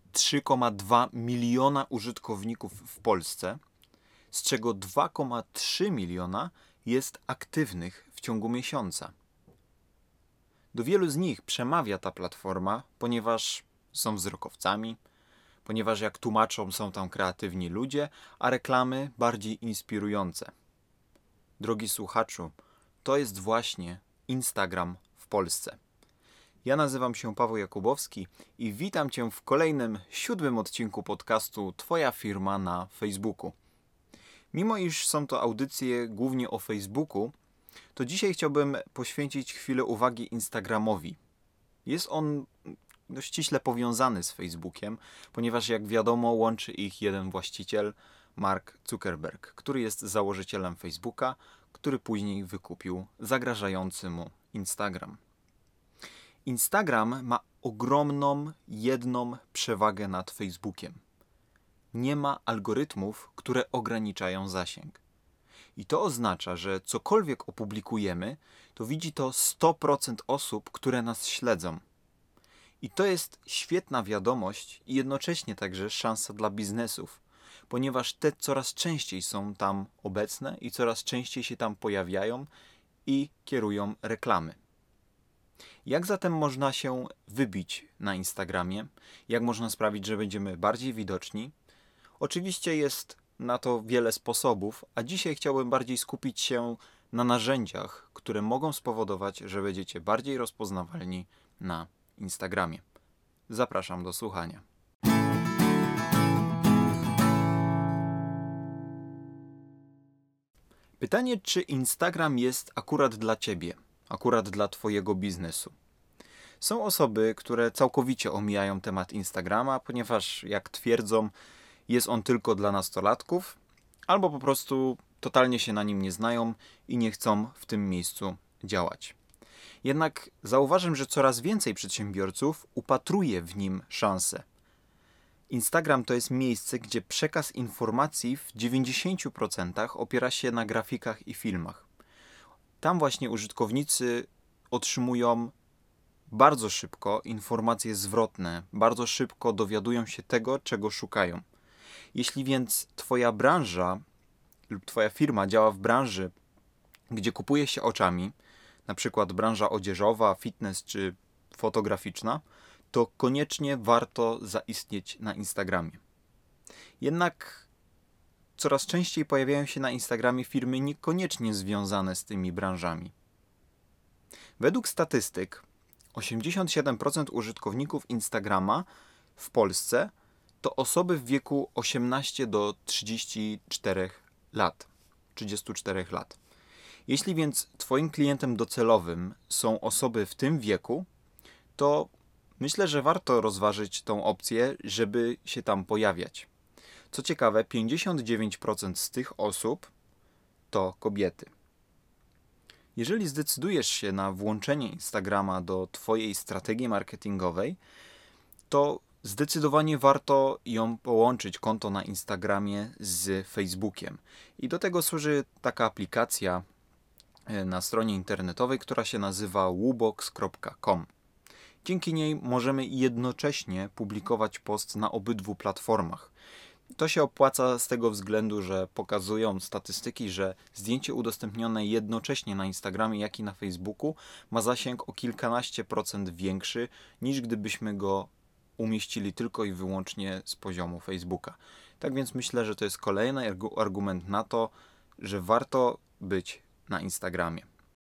3,2 miliona użytkowników w Polsce, z czego 2,3 miliona jest aktywnych w ciągu miesiąca. Do wielu z nich przemawia ta platforma, ponieważ są wzrokowcami, ponieważ jak tłumaczą, są tam kreatywni ludzie, a reklamy bardziej inspirujące. Drogi słuchaczu, to jest właśnie Instagram w Polsce. Ja nazywam się Paweł Jakubowski i witam Cię w kolejnym 7. odcinku podcastu Twoja firma na Facebooku. Mimo iż są to audycje głównie o Facebooku, to dzisiaj chciałbym poświęcić chwilę uwagi Instagramowi. Jest on dość ściśle powiązany z Facebookiem, ponieważ jak wiadomo łączy ich jeden właściciel, Mark Zuckerberg, który jest założycielem Facebooka, który później wykupił zagrażający mu Instagram. Instagram ma ogromną jedną przewagę nad Facebookiem. Nie ma algorytmów, które ograniczają zasięg. I to oznacza, że cokolwiek opublikujemy, to widzi to 100% osób, które nas śledzą. I to jest świetna wiadomość i jednocześnie także szansa dla biznesów, ponieważ te coraz częściej są tam obecne i coraz częściej się tam pojawiają i kierują reklamy. Jak zatem można się wybić na Instagramie? Jak można sprawić, że będziemy bardziej widoczni? Oczywiście jest na to wiele sposobów, a dzisiaj chciałbym bardziej skupić się na narzędziach, które mogą spowodować, że będziecie bardziej rozpoznawalni na Instagramie. Zapraszam do słuchania. Pytanie, czy Instagram jest akurat dla Ciebie, akurat dla Twojego biznesu? Są osoby, które całkowicie omijają temat Instagrama, ponieważ, jak twierdzą, jest on tylko dla nastolatków, albo po prostu totalnie się na nim nie znają i nie chcą w tym miejscu działać. Jednak zauważam, że coraz więcej przedsiębiorców upatruje w nim szansę. Instagram to jest miejsce, gdzie przekaz informacji w 90% opiera się na grafikach i filmach. Tam właśnie użytkownicy otrzymują bardzo szybko informacje zwrotne, bardzo szybko dowiadują się tego, czego szukają. Jeśli więc Twoja branża lub Twoja firma działa w branży, gdzie kupuje się oczami, na przykład branża odzieżowa, fitness czy fotograficzna, to koniecznie warto zaistnieć na Instagramie. Jednak coraz częściej pojawiają się na Instagramie firmy niekoniecznie związane z tymi branżami. Według statystyk 87% użytkowników Instagrama w Polsce to osoby w wieku 18 do 34 lat. Jeśli więc Twoim klientem docelowym są osoby w tym wieku, to myślę, że warto rozważyć tą opcję, żeby się tam pojawiać. Co ciekawe, 59% z tych osób to kobiety. Jeżeli zdecydujesz się na włączenie Instagrama do Twojej strategii marketingowej, to zdecydowanie warto ją połączyć, konto na Instagramie, z Facebookiem. I do tego służy taka aplikacja na stronie internetowej, która się nazywa woobox.com. Dzięki niej możemy jednocześnie publikować post na obydwu platformach. To się opłaca z tego względu, że pokazują statystyki, że zdjęcie udostępnione jednocześnie na Instagramie, jak i na Facebooku ma zasięg o kilkanaście procent większy, niż gdybyśmy go umieścili tylko i wyłącznie z poziomu Facebooka. Tak więc myślę, że to jest kolejny argument na to, że warto być na Instagramie.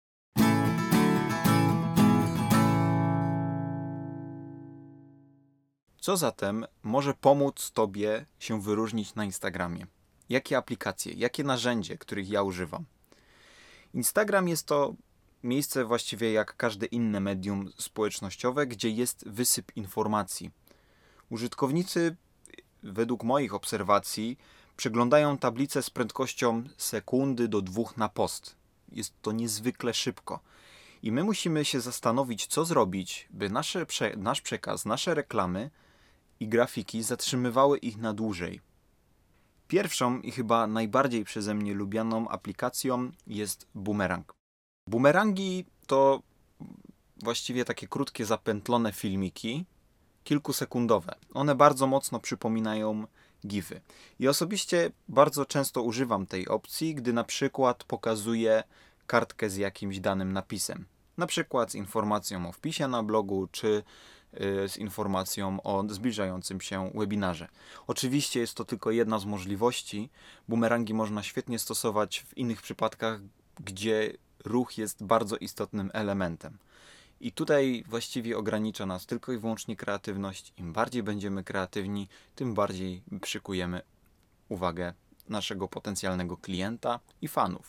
Co zatem może pomóc Tobie się wyróżnić na Instagramie? Jakie aplikacje, jakie narzędzie, których ja używam? Instagram jest to miejsce właściwie jak każde inne medium społecznościowe, gdzie jest wysyp informacji. Użytkownicy, według moich obserwacji, przeglądają tablicę z prędkością sekundy do 2 na post. Jest to niezwykle szybko. I my musimy się zastanowić, co zrobić, by nasz przekaz, nasze reklamy i grafiki zatrzymywały ich na dłużej. Pierwszą i chyba najbardziej przeze mnie lubianą aplikacją jest Boomerang. Boomerangi to właściwie takie krótkie, zapętlone filmiki, kilkusekundowe. One bardzo mocno przypominają gify. I osobiście bardzo często używam tej opcji, gdy na przykład pokazuję kartkę z jakimś danym napisem. Na przykład z informacją o wpisie na blogu, czy z informacją o zbliżającym się webinarze. Oczywiście jest to tylko jedna z możliwości. Bumerangi można świetnie stosować w innych przypadkach, gdzie ruch jest bardzo istotnym elementem. I tutaj właściwie ogranicza nas tylko i wyłącznie kreatywność. Im bardziej będziemy kreatywni, tym bardziej przykujemy uwagę naszego potencjalnego klienta i fanów.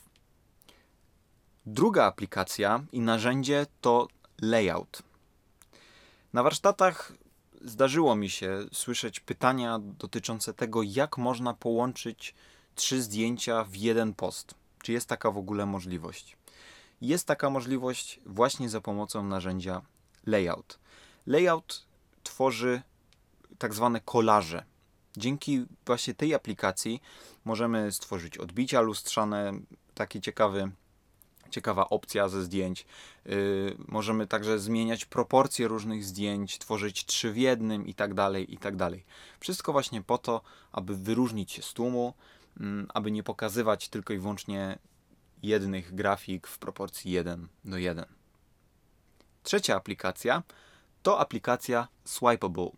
Druga aplikacja i narzędzie to layout. Na warsztatach zdarzyło mi się słyszeć pytania dotyczące tego, jak można połączyć 3 zdjęcia w jeden post. Czy jest taka w ogóle możliwość? Jest taka możliwość właśnie za pomocą narzędzia layout. Layout tworzy tak zwane kolaże. Dzięki właśnie tej aplikacji możemy stworzyć odbicia lustrzane, taki ciekawa opcja ze zdjęć. Możemy także zmieniać proporcje różnych zdjęć, tworzyć 3 w jednym i tak dalej, i tak dalej. Wszystko właśnie po to, aby wyróżnić się z tłumu, aby nie pokazywać tylko i wyłącznie jednych grafik w proporcji 1:1. Trzecia aplikacja to aplikacja Swipeable.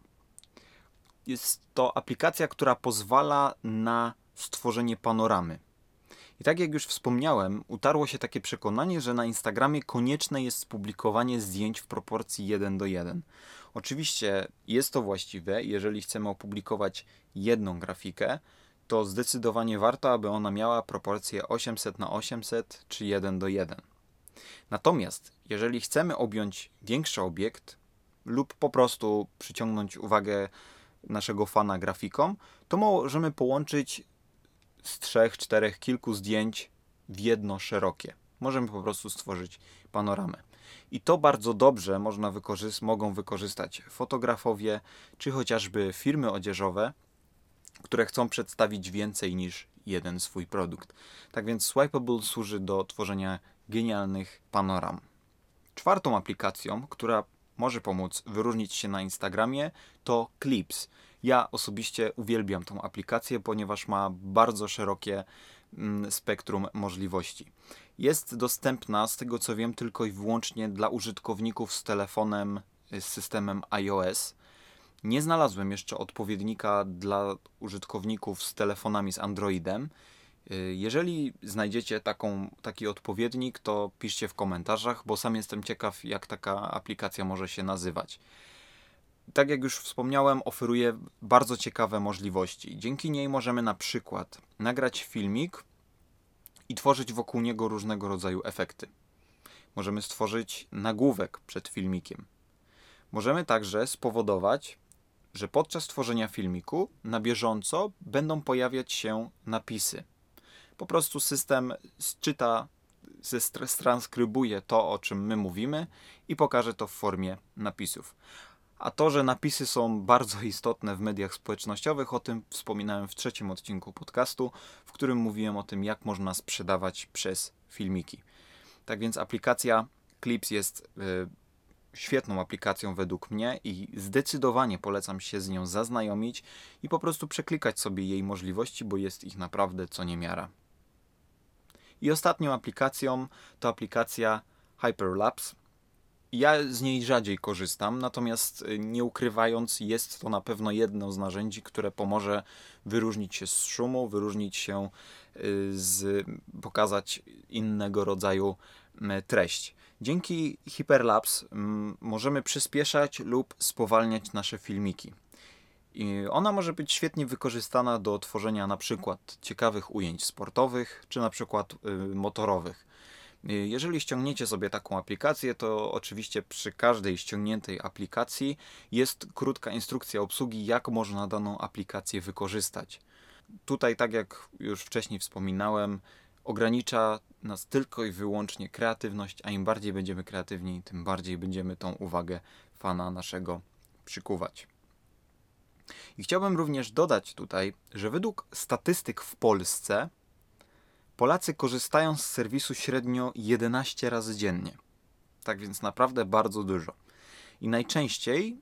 Jest to aplikacja, która pozwala na stworzenie panoramy. I tak jak już wspomniałem, utarło się takie przekonanie, że na Instagramie konieczne jest publikowanie zdjęć w proporcji 1:1. Oczywiście jest to właściwe, jeżeli chcemy opublikować jedną grafikę, to zdecydowanie warto, aby ona miała proporcję 800:800 czy 1:1. Natomiast jeżeli chcemy objąć większy obiekt lub po prostu przyciągnąć uwagę naszego fana grafiką, to możemy połączyć z 3, 4, kilku zdjęć w jedno szerokie. Możemy po prostu stworzyć panoramę. I to bardzo dobrze mogą wykorzystać fotografowie, czy chociażby firmy odzieżowe, które chcą przedstawić więcej niż jeden swój produkt. Tak więc Swipeable służy do tworzenia genialnych panoram. Czwartą aplikacją, która może pomóc wyróżnić się na Instagramie, to Clips. Ja osobiście uwielbiam tą aplikację, ponieważ ma bardzo szerokie spektrum możliwości. Jest dostępna, z tego co wiem, tylko i wyłącznie dla użytkowników z telefonem z systemem iOS. Nie znalazłem jeszcze odpowiednika dla użytkowników z telefonami z Androidem. Jeżeli znajdziecie taki odpowiednik, to piszcie w komentarzach, bo sam jestem ciekaw, jak taka aplikacja może się nazywać. Tak jak już wspomniałem, oferuje bardzo ciekawe możliwości. Dzięki niej możemy na przykład nagrać filmik i tworzyć wokół niego różnego rodzaju efekty. Możemy stworzyć nagłówek przed filmikiem. Możemy także spowodować, że podczas tworzenia filmiku na bieżąco będą pojawiać się napisy. Po prostu system czyta, transkryptuje to, o czym my mówimy i pokaże to w formie napisów. A to, że napisy są bardzo istotne w mediach społecznościowych, o tym wspominałem w 3. odcinku podcastu, w którym mówiłem o tym, jak można sprzedawać przez filmiki. Tak więc aplikacja Clips jest świetną aplikacją według mnie i zdecydowanie polecam się z nią zaznajomić i po prostu przeklikać sobie jej możliwości, bo jest ich naprawdę co niemiara. I ostatnią aplikacją to aplikacja Hyperlapse. Ja z niej rzadziej korzystam, natomiast nie ukrywając, jest to na pewno jedno z narzędzi, które pomoże wyróżnić się z szumu, pokazać innego rodzaju treść. Dzięki Hyperlapse możemy przyspieszać lub spowalniać nasze filmiki. I ona może być świetnie wykorzystana do tworzenia na przykład ciekawych ujęć sportowych, czy na przykład motorowych. Jeżeli ściągniecie sobie taką aplikację, to oczywiście przy każdej ściągniętej aplikacji jest krótka instrukcja obsługi, jak można daną aplikację wykorzystać. Tutaj, tak jak już wcześniej wspominałem, ogranicza nas tylko i wyłącznie kreatywność, a im bardziej będziemy kreatywni, tym bardziej będziemy tą uwagę fana naszego przykuwać. I chciałbym również dodać tutaj, że według statystyk w Polsce Polacy korzystają z serwisu średnio 11 razy dziennie. Tak więc naprawdę bardzo dużo. I najczęściej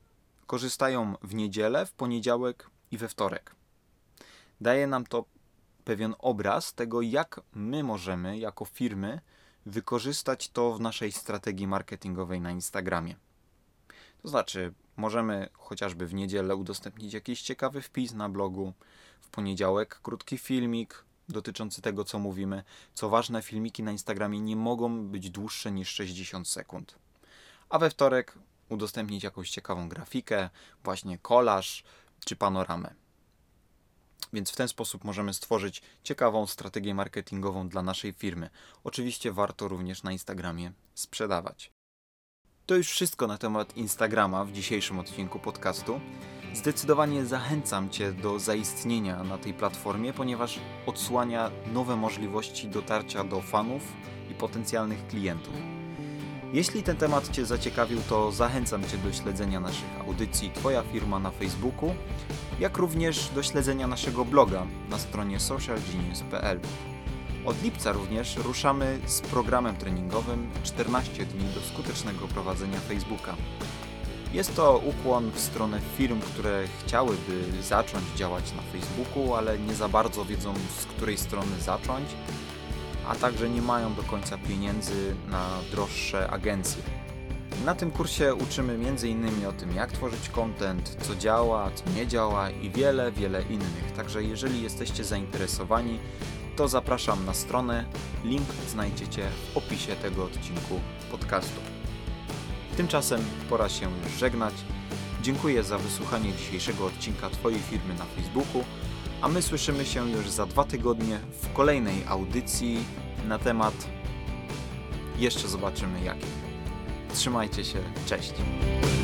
korzystają w niedzielę, w poniedziałek i we wtorek. Daje nam to pewien obraz tego, jak my możemy jako firmy wykorzystać to w naszej strategii marketingowej na Instagramie. To znaczy, możemy chociażby w niedzielę udostępnić jakiś ciekawy wpis na blogu, w poniedziałek krótki filmik dotyczący tego, co mówimy. Co ważne, filmiki na Instagramie nie mogą być dłuższe niż 60 sekund. A we wtorek udostępnić jakąś ciekawą grafikę, właśnie kolaż czy panoramę. Więc w ten sposób możemy stworzyć ciekawą strategię marketingową dla naszej firmy. Oczywiście warto również na Instagramie sprzedawać. To już wszystko na temat Instagrama w dzisiejszym odcinku podcastu. Zdecydowanie zachęcam Cię do zaistnienia na tej platformie, ponieważ odsłania nowe możliwości dotarcia do fanów i potencjalnych klientów. Jeśli ten temat Cię zaciekawił, to zachęcam Cię do śledzenia naszych audycji Twoja firma na Facebooku, jak również do śledzenia naszego bloga na stronie socialgenius.pl. Od lipca również ruszamy z programem treningowym 14 dni do skutecznego prowadzenia Facebooka. Jest to ukłon w stronę firm, które chciałyby zacząć działać na Facebooku, ale nie za bardzo wiedzą, z której strony zacząć, a także nie mają do końca pieniędzy na droższe agencje. Na tym kursie uczymy m.in. o tym, jak tworzyć content, co działa, co nie działa i wiele innych. Także jeżeli jesteście zainteresowani, to zapraszam na stronę. Link znajdziecie w opisie tego odcinku podcastu. Tymczasem pora się już żegnać. Dziękuję za wysłuchanie dzisiejszego odcinka Twojej firmy na Facebooku, a my słyszymy się już za 2 tygodnie w kolejnej audycji na temat jeszcze zobaczymy jaki. Trzymajcie się, cześć!